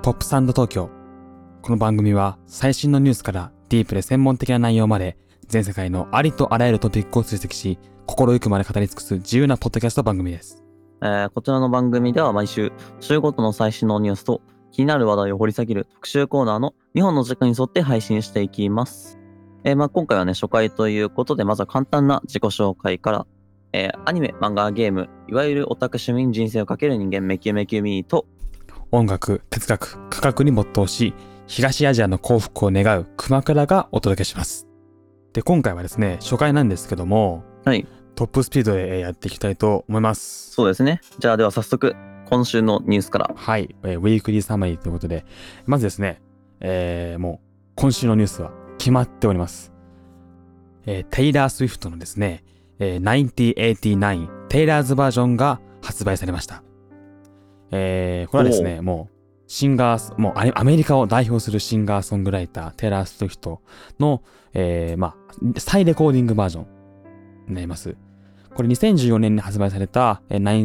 ポップサンド東京。この番組は最新のニュースからディープで専門的な内容まで全世界のありとあらゆるトピックを追跡し、心ゆくまで語り尽くす自由なポッドキャスト番組です。 こちらの番組では毎週ごとの最新のニュースと気になる話題を掘り下げる特集コーナーの2本の軸に沿って配信していきます。今回はね、初回ということで、まずは簡単な自己紹介から、アニメ、漫画、ゲーム、いわゆるオタク趣味に人生をかける人間、メキューメキューミーと、 音楽、哲学、科学に没頭し、東アジアの幸福を願う熊倉がお届けします。で、今回はですね、初回なんですけども、 はい、 トップスピードでやっていきたいと思います。 そうですね。じゃあでは早速、今週のニュースから。 はい、ウィークリーサマリーということで、まずですね、もう今週のニュースは決まっております。テイラー・スウィフトのですね、1989テイラーズバージョンが発売されました。これはですね、もうアメリカを代表するシンガーソングライターテイラー・スウィフトの、再レコーディングバージョンになります。これ2014年に発売された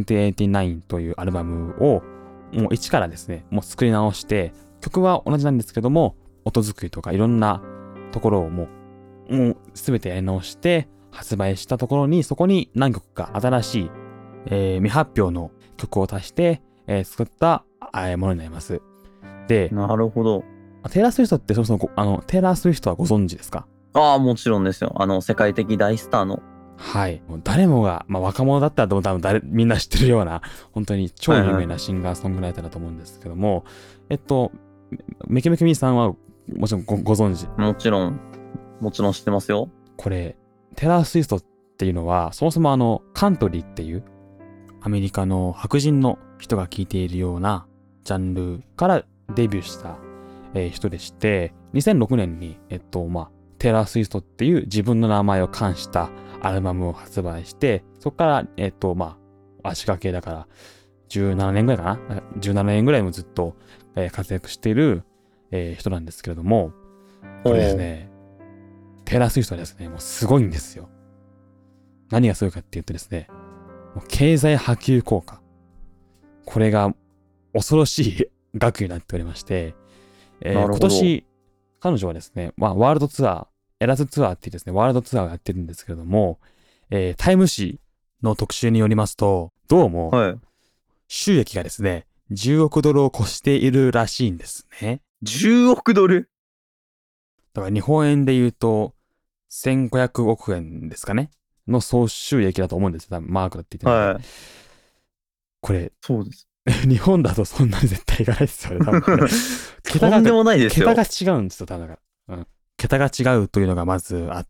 1989というアルバムをもう一からですね、もう作り直して、曲は同じなんですけども、音作りとかいろんなところをもう全てやり直して発売したところに、そこに何曲か新しい、未発表の曲を足して、作ったものになります。で、 なるほど。 テイラー・スウィフトってそもそもテイラー・スウィフトはご存知ですか？ もちろんですよ。世界的大スターの。 はい。もう誰もが、若者だったら多分みんな知ってるような、本当に超有名なシンガーソングライターだと思うんですけども、メキメキミーさんはもちろんご存知？ もちろん知ってますよ。 これ、テイラー・スウィフトっていうのは、そもそもカントリーっていう、アメリカの白人の人が聴いているようなジャンルからデビューした、人でして、2006年に、テイラー・スウィフトっていう自分の名前を冠したアルバムを発売して、そこから、足掛けだから、17年ぐらいかな ?17 年ぐらいもずっと、活躍している、人なんですけれども、これですね、テイラー・スウィフトはですね、もうすごいんですよ。何がすごいかっていうとですね、もう経済波及効果。これが恐ろしい額になっておりまして、今年、彼女はですね、ワールドツアー、エラスツアーっていうですね、ワールドツアーをやってるんですけれども、タイム誌の特集によりますと、どうも、収益がですね、10億ドルを超しているらしいんですね。 10億ドル？ だから日本円で言うと、1500億円ですかねの総収益だと思うんですよ。多分マークだって言ってるので。これ、 そうです。 日本だとそんなに絶対いかないですよね、多分これ。 とんでもないですよ。 桁が違うんですよ、多分。桁が違うというのがまずあって、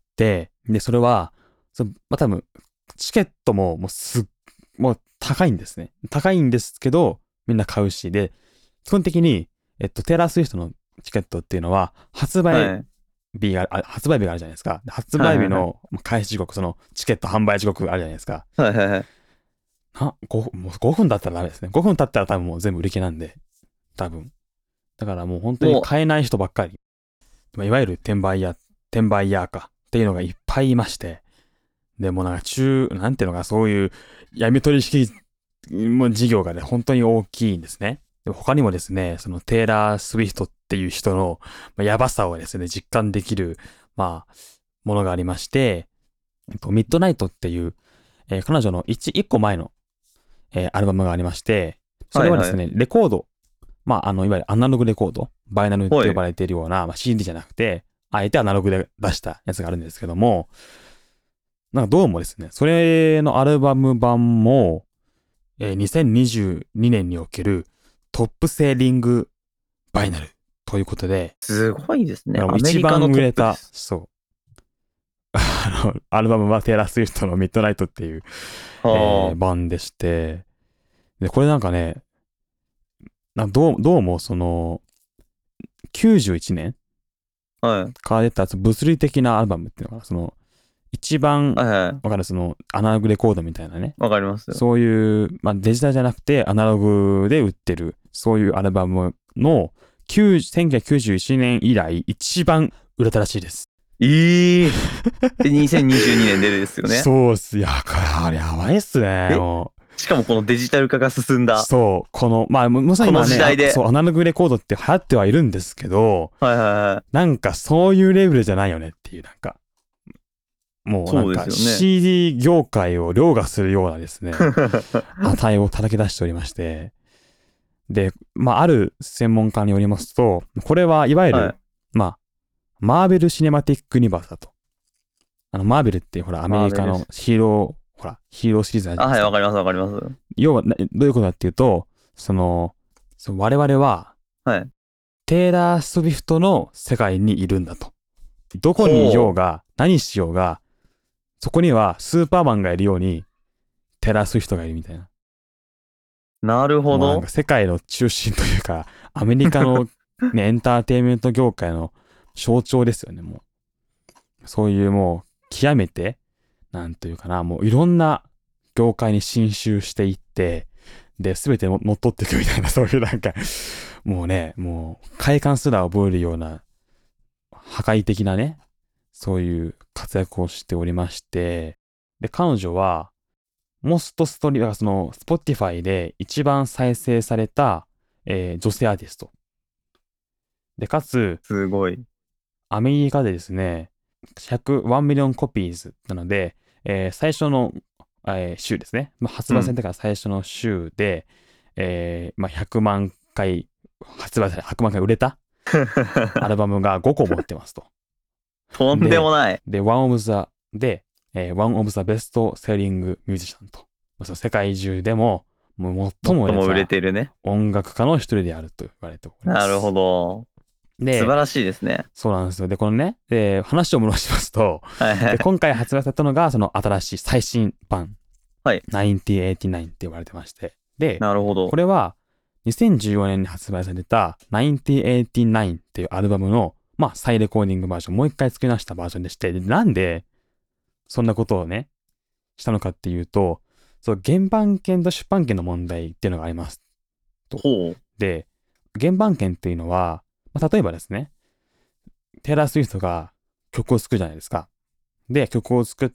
で、それは、多分、チケットももう高いんですね。高いんですけど、みんな買うし、で、基本的に、テイラー・スウィフトのチケットっていうのは、発売日があるじゃないですか。発売日の開始時刻、そのチケット販売時刻あるじゃないですか。 はいはいはい。 もう5分だったらダメですね。5分経ったら多分もう全部売り切れなんで、多分。だからもう本当に買えない人ばっかり。いわゆる転売ヤーかっていうのがいっぱいいまして。でもなんていうのか、そういう闇取引事業がね、本当に大きいんですね。で他にもですね、そのテイラー・スウィフトっていう人のやばさをですね、実感できる、ものがありまして、ミッドナイトっていう、彼女の1個前のアルバムがありまして、それはですね、レコード、いわゆるアナログレコード、バイナルって呼ばれているような、CD じゃなくて、あえてアナログで出したやつがあるんですけども、なんかどうもですね、それのアルバム版も、2022年におけるトップセーリングバイナルということで、 すごいですね。 一番売れた、そう。アルバムはテイラー・スウィフトのミッドナイトっていう、版でして、で、これなんかね、どうもその、91年から出た物理的なアルバムっていうのが、その、一番、わかるその、アナログレコードみたいなね。 わかりますよ。 そういう、デジタルじゃなくて、アナログで売ってる、そういうアルバムの、1991年以来、一番売れたらしいです。 で、2022年でですよね。 そうっす。これ、やばいっすね。 しかもこのデジタル化が進んだ。 そう、この、まあ、もちろん今この時代でね、そう、アナログレコードって流行ってはいるんですけど、 はいはいはい。 なんかそういうレベルじゃないよねっていう、なんか、もうなんかそうですよね CD 業界を凌駕するようなですね、値を叩き出しておりまして、で、まあ、ある専門家によりますと、これはいわゆる、 はいまあ、マーベル・シネマティック・ユニバースだと。マーベルってほら、アメリカのヒーロー、ほら、ヒーローシリーズあるじゃないですか。 はい、わかりますわかります。 要は、どういうことだっていうと、我々は、 はい。 テイラー・スウィフトの世界にいるんだと。どこにいようが、何しようが、そこにはスーパーマンがいるように、テイラー・スウィフトがいるみたいな。 なるほどもうなんか。世界の中心というか、アメリカの、ね、エンターテインメント業界の象徴ですよね、もう。そういうもう、極めて、なんというかな、もういろんな業界に侵襲していって、で、すべて乗っ取っていくみたいな、そういうなんか、もうね、もう、快感すら覚えるような、破壊的なね、そういう活躍をしておりまして、で、彼女は、モストストリー、Spotify で一番再生された、女性アーティスト。で、かつ、 すごい。 アメリカでですね、101ミリオンコピーズなので、最初の、週ですね。発売されてから最初の週で、100万回発売され、100万回売れたアルバムが5個持ってますと。 とんでもない。 で、One of the Best Selling Musician と。その世界中でも、もう最も売れてるね。 音楽家の一人であると言われております。 なるほど。 で、 素晴らしいですね。 そうなんですよ。で、このね、話を戻しますと、 はいはい。 今回発売されたのが、その新しい最新版、 はい 1989って言われてまして。で、 なるほどこ。れは2014年に発売された1989っていうアルバムの、再レコーディングバージョン、もう一回作り直したバージョンでして、でなんでそんなことをね、したのかっていうと、そう原版権と出版権の問題っていうのがありますと。 ほう。 で、原版権っていうのは、例えばですね、テイラー・スウィフトが曲を作るじゃないですか。で、曲を作って、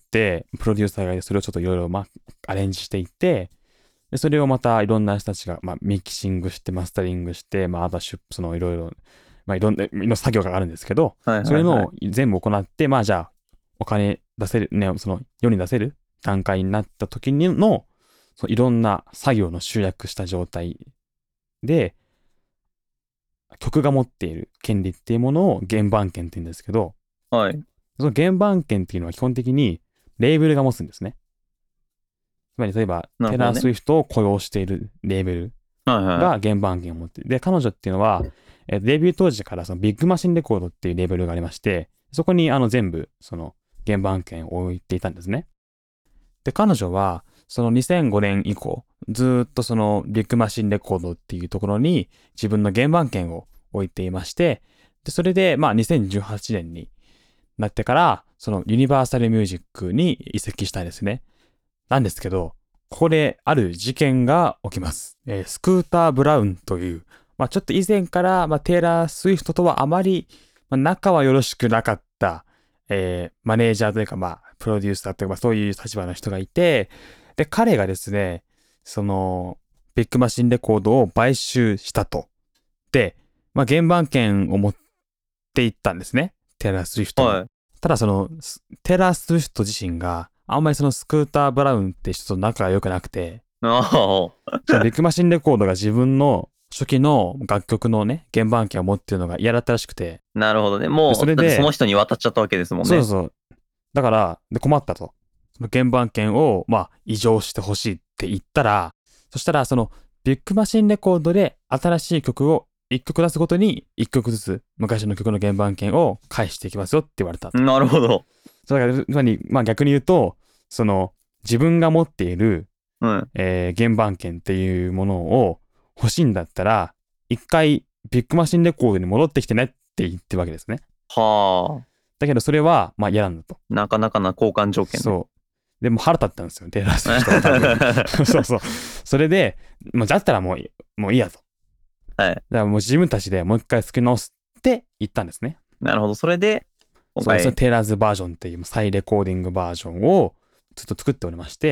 プロデューサーがいてそれをちょっといろいろアレンジしていって、でそれをまたいろんな人たちが、ミキシングして、マスタリングして、あとはそのいろいろ、いろんな作業があるんですけど、 はいはいはい。 それの全部行って、じゃあ、お金出せる、ね、その世に出せる段階になった時の、そのいろんな作業の集約した状態で、曲が持っている権利っていうものを原版権って言うんですけど、 はい。 その原版権っていうのは基本的にレーベルが持つんですね。つまり例えば、テイラー・スウィフトを雇用しているレーベルが原版権を持っている。で、彼女っていうのは、デビュー当時からそのビッグマシンレコードっていうレーベルがありまして、そこに全部その原版権を置いていたんですね。で、彼女はその2005年以降、ずっとそのビッグマシンレコードっていうところに自分の原版権を置いていまして、で、それで2018年になってから、そのユニバーサルミュージックに移籍したんですね。なんですけど、ここである事件が起きます。スクーター・ブラウンという、ちょっと以前から、テイラー・スウィフトとはあまり、仲はよろしくなかった、マネージャーというか、プロデューサーというか、そういう立場の人がいて、で、彼がですね、その、ビッグマシンレコードを買収したと。で、原版権を持っていったんですね。テイラー・スウィフトが。ただその、テイラー・スウィフト自身が、あんまりそのスクーター・ブラウンって人と仲が良くなくて、そのビッグマシンレコードが自分の初期の楽曲のね、原版権を持ってるのが嫌だったらしくて。 なるほどね。もう、それでその人に渡っちゃったわけですもんね。 そうそう。だから、困ったと。その原版権を、移譲してほしいって言ったら、そしたら、その、ビッグマシンレコードで新しい曲を1曲出すごとに1曲ずつ昔の曲の原版権を返していきますよって言われた。 なるほど。 だから、逆に言うと、その、自分が持っている、原版権っていうものを欲しいんだったら、一回ビッグマシンレコードに戻ってきてねって言ってるわけですね。 はあ。 だけどそれは、嫌なんだと。 なかなかな交換条件、ね。 そう。でも腹立ったんですよ、テイラー・スウィフトは多分。そうそう。それで、だったらもういいやと。 はい。だからもう自分たちでもう一回作り直すって言ったんですね。 なるほど。それで、 そうテイラーズバージョンっていう再レコーディングバージョンをずっと作っておりまして、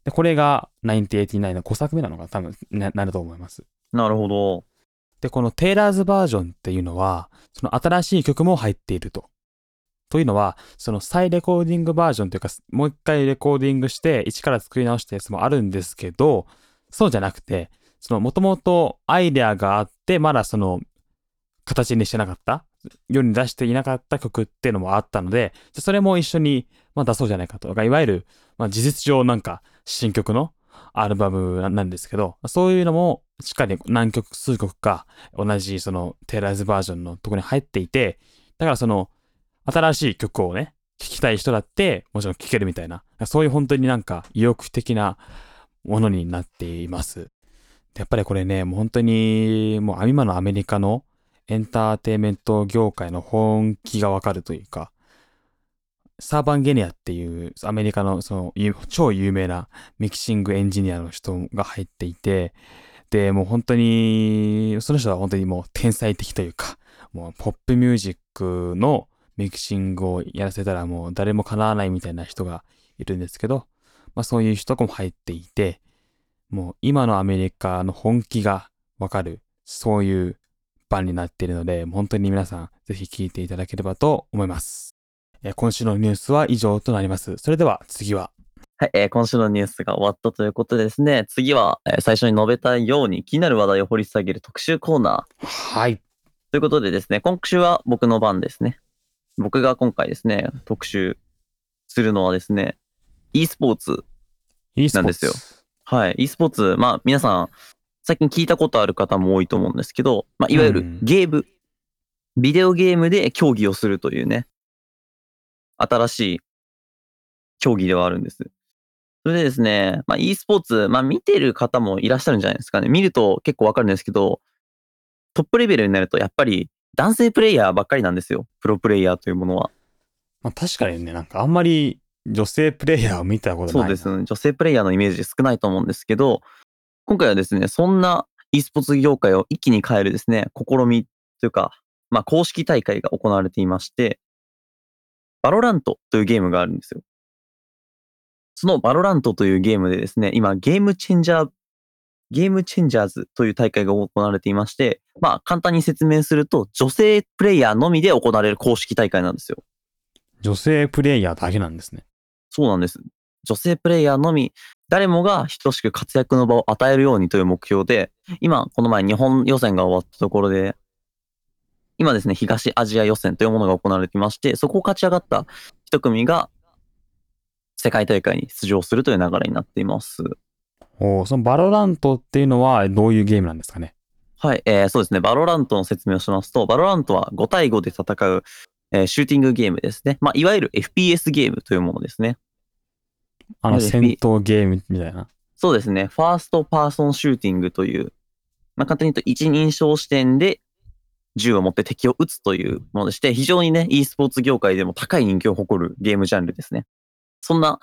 で、これが1989の5作目なのか多分なると思います。 なるほど。 で、このテイラーズバージョンっていうのは、その新しい曲も入っていると。というのは、その再レコーディングバージョンというか、もう一回レコーディングして、一から作り直したやつもあるんですけど、そうじゃなくて、そのもともとアイデアがあって、まだその形にしてなかった、世に出していなかった曲っていうのもあったので、それも一緒に、出そうじゃないかと。いわゆる、事実上なんか新曲のアルバムなんですけど、そういうのもしっかり何曲、数曲か同じそのテイラーズバージョンのところに入っていて、だからその新しい曲をね、聴きたい人だってもちろん聴けるみたいな、そういう本当になんか意欲的なものになっています。やっぱりこれね、もう本当にもう今のアメリカのエンターテインメント業界の本気がわかるというか、サーバンゲニアっていうアメリカのその超有名なミキシングエンジニアの人が入っていて、で、もう本当に、その人は本当にもう天才的というか、もうポップミュージックのミキシングをやらせたらもう誰も叶わないみたいな人がいるんですけど、そういう人も入っていて、もう今のアメリカの本気がわかる、そういう版になっているので、本当に皆さんぜひ聞いていただければと思います。今週のニュースは以上となります。それでは次は。 はい、今週のニュースが終わったということでですね、次は、最初に述べたように気になる話題を掘り下げる特集コーナー。 はい。 ということでですね、今週は僕の番ですね。僕が今回ですね、特集するのはですね、e スポーツなんですよ。はい、e スポーツ、皆さん、最近聞いたことある方も多いと思うんですけど、いわゆるゲーム、ビデオゲームで競技をするというね、新しい競技ではあるんです。それでですね、e スポーツ、見てる方もいらっしゃるんじゃないですかね。見ると結構わかるんですけど、トップレベルになるとやっぱり男性プレイヤーばっかりなんですよ。プロプレイヤーというものは。 確かにね、なんかあんまり女性プレイヤーを見たことないな。 そうですね。女性プレイヤーのイメージ少ないと思うんですけど、今回はですね、そんな e スポーツ業界を一気に変えるですね、試みというか、公式大会が行われていまして、バロラントというゲームがあるんですよ。そのバロラントというゲームでですね、今ゲームチェンジャーズという大会が行われていまして、簡単に説明すると、女性プレイヤーのみで行われる公式大会なんですよ。 女性プレイヤーだけなんですね。 そうなんです。女性プレイヤーのみ、誰もが等しく活躍の場を与えるようにという目標で、今、この前日本予選が終わったところで、今ですね、東アジア予選というものが行われていまして、そこを勝ち上がった一組が世界大会に出場するという流れになっています。 そのバロラントっていうのはどういうゲームなんですかね。 はい、そうですね。バロラントの説明をしますと、バロラントは5対5で戦う、シューティングゲームですね。いわゆる FPS ゲームというものですね。 戦闘ゲームみたいな。 そうですね。ファーストパーソンシューティングという、簡単に言うと一人称視点で銃を持って敵を撃つというものでして、非常にね、e スポーツ業界でも高い人気を誇るゲームジャンルですね。そんな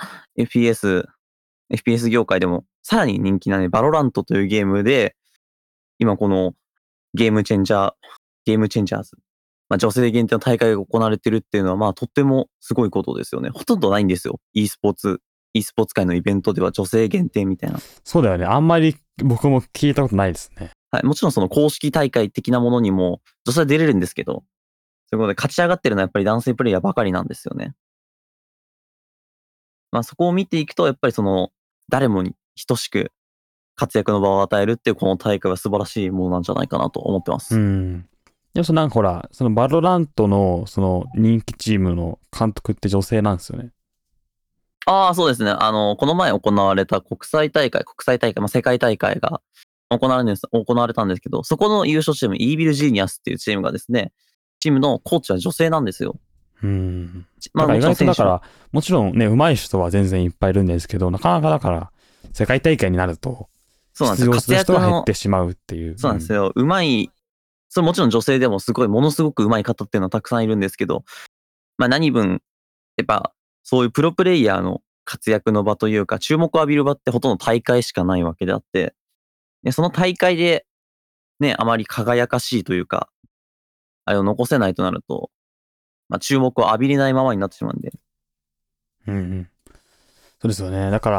FPS 業界でもさらに人気なね、バロラントというゲームで、今このゲームチェンジャーズ。女性限定の大会が行われてるっていうのは、とってもすごいことですよね。ほとんどないんですよ。e スポーツ界のイベントでは女性限定みたいな。 そうだよね。あんまり僕も聞いたことないですね。 はい。もちろんその公式大会的なものにも女性は出れるんですけど、そういうことで勝ち上がってるのはやっぱり男性プレイヤーばかりなんですよね。そこを見ていくと、やっぱりその、誰もに等しく活躍の場を与えるっていうこの大会は素晴らしいものなんじゃないかなと思ってます。 でもなんかほら、そのバロラントのその人気チームの監督って女性なんですよね。 ああ、そうですね。この前行われた国際大会、世界大会が行われたんですけど、そこの優勝チーム、イービルジーニアスっていうチームがですね、チームのコーチは女性なんですよ。 だから意外とだから、もちろんね、上手い人は全然いっぱいいるんですけど、なかなかだから、世界大会になると、出場する人が減ってしまうっていう。 そうなんですよ。それもちろん女性でもものすごく上手い方っていうのはたくさんいるんですけど、何分、やっぱ、そういうプロプレイヤーの活躍の場というか、注目を浴びる場ってほとんど大会しかないわけであって、その大会で、ね、あまり輝かしいというか、あれを残せないとなると、注目を浴びれないままになってしまうんで。 そうですよね。だから、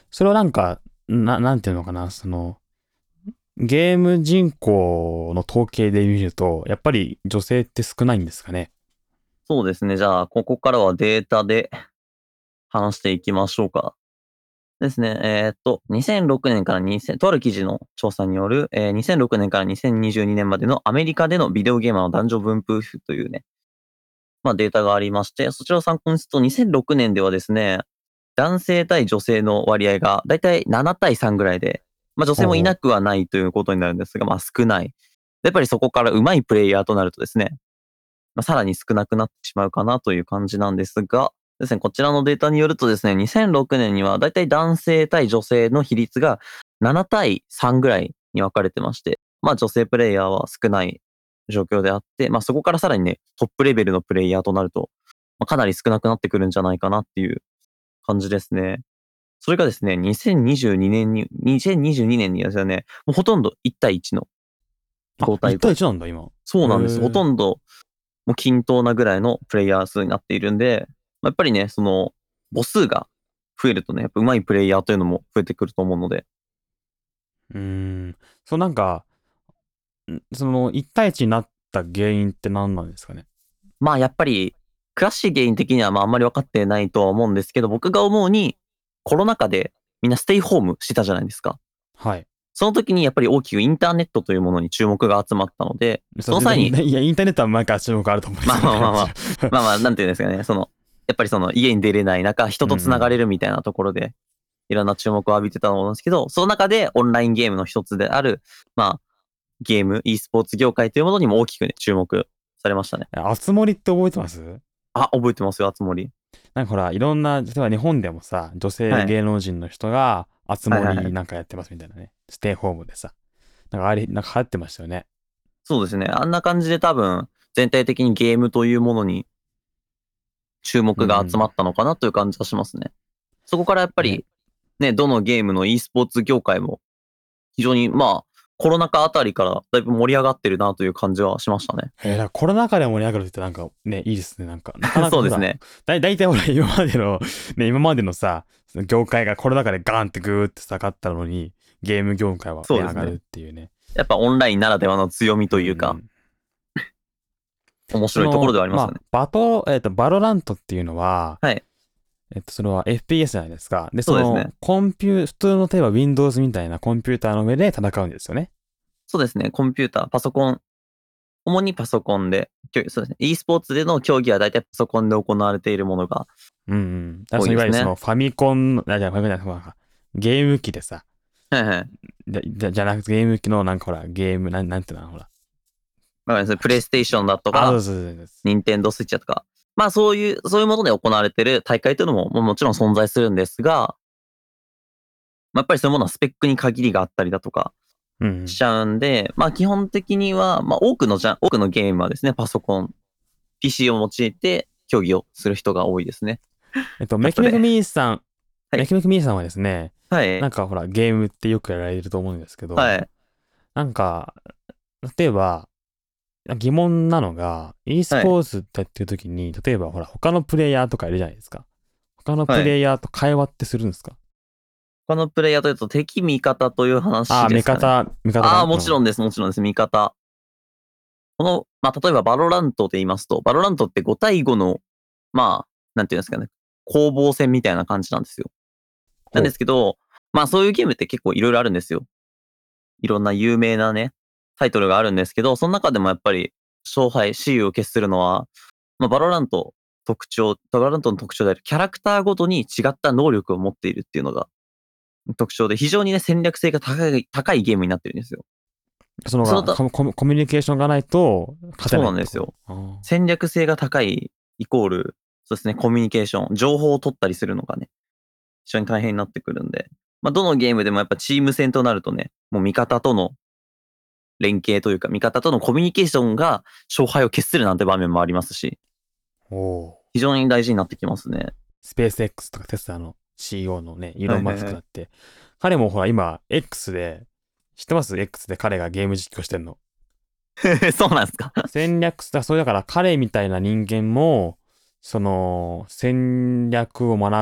それはなんか、なんていうのかな、ゲーム人口の統計で見ると、やっぱり女性って少ないんですかね。 そうですね。じゃあ、ここからはデータで話していきましょうか。ですね。2006年から2000、とある記事の調査による、2006年から2022年までのアメリカでのビデオゲーマーの男女分布というね、まあデータがありまして、そちらを参考にすると2006年ではですね、男性対女性の割合がだいたい7対3ぐらいで、まあ女性もいなくはないということになるんですが、まあ少ない。やっぱりそこから上手いプレイヤーとなるとですね、まあ、さらに少なくなってしまうかなという感じなんですが、ですね、こちらのデータによるとですね、2006年にはだいたい男性対女性の比率が7対3ぐらいに分かれてまして、まあ女性プレイヤーは少ない状況であって、まあそこからさらにね、トップレベルのプレイヤーとなると、まあ、かなり少なくなってくるんじゃないかなっていう感じですね。それがですね、2022年にはですね、もうほとんど1対1のあ、 5対 1対 5。 1なんだ、今。 そうなんです。ほとんんどもう均等なぐらいのプレイヤー数になっているんで、やっぱりね、母数が増えるとね、やっぱ上手いプレイヤーというのも増えてくると思うので。 うーん。なんか、1対1になった原因って何なんですかね。 まあやっぱり、詳しい原因的にはまああんまり分かってないとは思うんですけど、僕が思うに、コロナ禍でみんなステイホームしてたじゃないですか。 はい。 その時にやっぱり大きくインターネットというものに注目が集まったので、その際に、 いや、インターネットは毎回注目あると思うんですまあよ。 まあまあまあ、まあまあ、なんていうんですかね、やっぱり家に出れない中、人と繋がれるみたいなところで、いろんな注目を浴びてたと思うんですけど、その中でオンラインゲームの一つである、まあ、ゲーム、e スポーツ業界というものにも大きくね、注目されましたね。 あつ森って覚えてます？ あ、覚えてますよ、あつ森。 なんかほら、いろんな、例えば日本でもさ、女性はい。 芸能人の人が、あつはいはいはい。 森なんかやってますみたいなね。ステイホームでさ。なんかあれ、なんか流行ってましたよね。 そうですね。あんな感じで多分、全体的にゲームというものに注うんう目が集まん。 ったのかなという感じはしますね。そこからやっぱね。 り、ね、どのゲームの e スポーツ業界も非常に、まあ、コロナ禍あたりからだいぶ盛り上がってるなという感じはしましたね。 だからコロナ禍で盛り上がるってなんかね、いいですね。なんか、なかなかほら、 そうですね。 だいたいほら、今までのさ、その業界がコロナ禍でガーンってグーって下がったのに、ゲーム業界はね、 そうですね。 上がるっていうね。 やっぱオンラインならではの強みうんうというか、 ん。 面白いところではありますよね。 バロラントっていうのは、 はい。 それは FPS じゃないですか。で、 そうですね。 普通の例えば Windows みたいなコンピューターの上で戦うんですよね。 そうですね。コンピューター、パソコン、主にパソコンで、そうですね。e スポーツでの競技は大体パソコンで行われているものがうんうん。だからいわゆる多いですね。 ファミコンの、じゃあファミコンじゃない、なんかゲーム機でさ、 はいはい。 じゃなくてゲーム機のなんかほら、ゲーム、なんていうのほら。 わかります。プレイステーションだとあ、そうか、 そうそうそう。 ニンテンドースイッチだとか。まあそういうもので行われている大会というのももちろん存在するんですが、まあ、やっぱりそういうものはスペックに限りがあったりだとかうんうん。 しちゃうんで、まあ基本的には、まあ多くのゲームはですね、パソコン、PC を用いて競技をする人が多いですね。チャットで。はい。 メキメキミーさんはですね、 はい。 なんかほら、ゲームってよくやられてると思うんですけど、 はい。 なんか、例えば、疑問なのが、e スはい。 ポーツってやってる時に、例えばほら、他のプレイヤーとかいるじゃないですか。他のはい。 プレイヤーと会話ってするんですか？ 他のプレイヤーというと敵味方というああー、 話ですかね。 味方かああ、 な。うん。 もちろんです、もちろんです。味方。まあ、例えばバロラントで言いますと、バロラントって5対5の、まあ、なんていうんですかね、攻防戦みたいな感じなんですよ。なんでほう。 すけど、まあそういうゲームって結構いろいろあるんですよ。いろんな有名なね、タイトルがあるんですけど、その中でもやっぱり雌雄を決するのは、まあバロラントの特徴であるキャラクターごとに違った能力を持っているっていうのが特徴で、非常にね、戦略性が高いゲームになってるんですよ。そのた、 コミュニケーションがないと勝てそうないってこと？ なんですよ。 あー。 戦略性が高いイコール、そうですね、コミュニケーション、情報を取ったりするのがね、非常に大変になってくるんで、まあ、どのゲームでもやっぱチーム戦となるとね、もう味方との連携というか、味方とのコミュニケーションが勝敗を決するなんて場面もありますし、 おお。 非常に大事になってきますね。 スペース X とかテスラの CEO のね、イーロン・マはいはいはい。 スクだって、彼もほら今 X で、知ってます？ X で彼がゲーム実況してんの。 そうなんですか？ それだから彼みたいな人間も、戦略を学ぶっ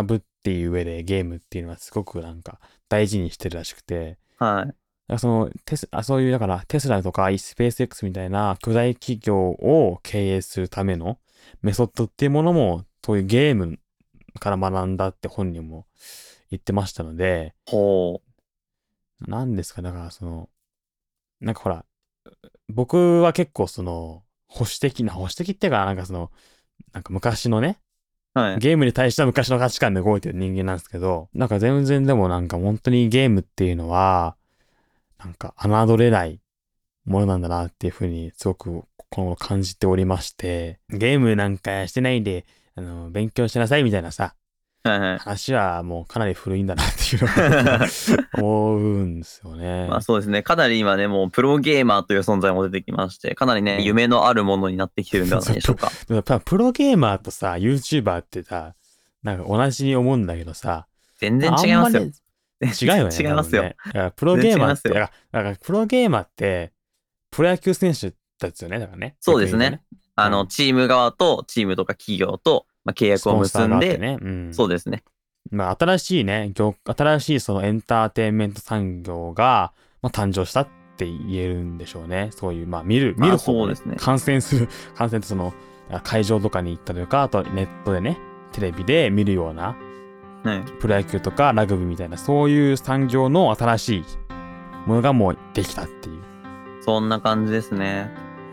っていう上でゲームっていうのはすごくなんか大事にしてるらしくて、 はい。 だからそういうだからテスラとかスペース X みたいな巨大企業を経営するためのメソッドっていうものもそういうゲームから学んだって本人も言ってましたので、 ほなんですか、だからなんかほら、僕は結構保守的っていうか、なんか昔のね、 う。はい。 ゲームに対しては昔の価値観で動いてる人間なんですけど、なんか全然でもなんか本当にゲームっていうのは、なんか侮れないものなんだなっていうふうにすごく感じておりまして、ゲームなんかしてないで、勉強しなさいみたいなさ、 はいはい。 話はもうかなり古いんだなっていうのを思うんですよね。 まあそうですね。かなり今ね、もうプロゲーマーという存在も出てきまして、かなりね、夢のあるものになってきてるんではないでしょうか。 やっぱプロゲーマーとさ、YouTuber ってさ、なんか同じに思うんだけどさ、 全然違いますよ。 違うよね。 違いますよ。 ね、だからプロゲーマーって、 全然違いだからプロゲーマーって、プロ野球選手ですよね、だからね。 そうですね。チーム側とチームとか企業と、契約を結んで、 ね、 そうですね。 まあ新しいエンターテインメント産業が、誕生したって言えるんでしょうね。そういう、見る方そうですね。 観戦と会場とかに行ったとか、あとネットでね、テレビで見るような、プロ野球とかラグビーみたいな、そういう産業の新しいものがもうできたっていう。 そんな感じですね。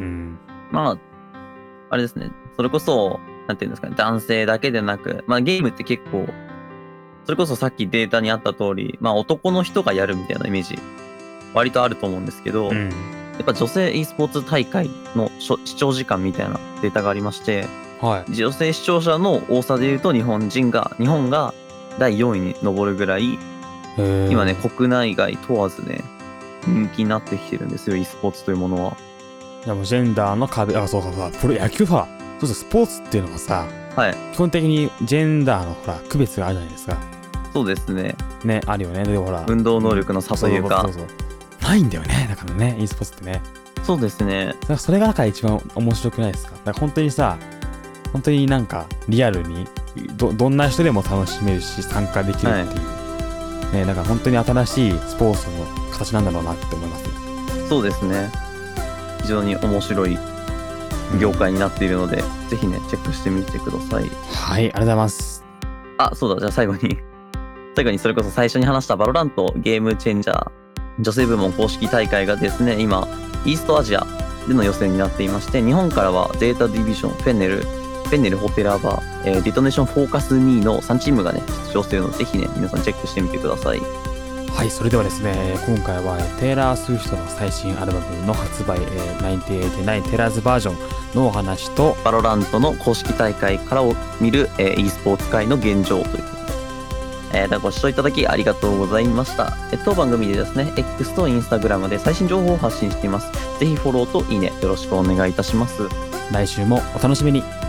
あれですね。それこそ、なんていうんですかね、男性だけでなく、ゲームって結構、それこそさっきデータにあった通り、男の人がやるみたいなイメージ、割とあると思うんですけど、やっぱ女性 e スポーツ大会の視聴時間みたいなデータがありまして、女性視聴者の多さでいうと日本が第4位に上るぐらい、今ね、国内外問わずね、人気になってきてるんですよ、e スポーツというものは。 いやもうジェンダーの壁、そうか、プロ野球さ、そうスポーツっていうのはさ、基本的にジェンダーの区別があるじゃないですか。 そうですね。 ね、あるよね。でほら。 運動能力の差というか。 ないんだよね。だからね、e スポーツってね。 そうですね。 それがだから一番面白くないですか。だから本当になんかリアルにどんな人でも楽しめるし参加できるっていう。ね、だから本当に新しいスポーツの形なんだろうなって思います。 そうですね。非常に面白い業界になっているので、ぜひね、チェックしてみてください。 はい、ありがとうございます。 そうだ、じゃあ最後にそれこそ最初に話したバロラントゲームチェンジャー女性部門公式大会がですね、今、イーストアジアでの予選になっていまして、日本からはゼータディビジョン、フェンネルホテラバー、ディトネーションフォーカス2の3チームがね、出場しているので、ぜひね、皆さんチェックしてみてください。 はい、それではですね、今回はテイラー・スウィフトの最新アルバムの発売、1989テイラーズバージョンのお話と、 バロラントの公式大会からを見る、e スポーツ界の現状ということで、ご視聴いただきありがとうございました。当番組でですね、X と Instagram で最新情報を発信しています。ぜひフォローといいねよろしくお願いいたします。 来週もお楽しみに。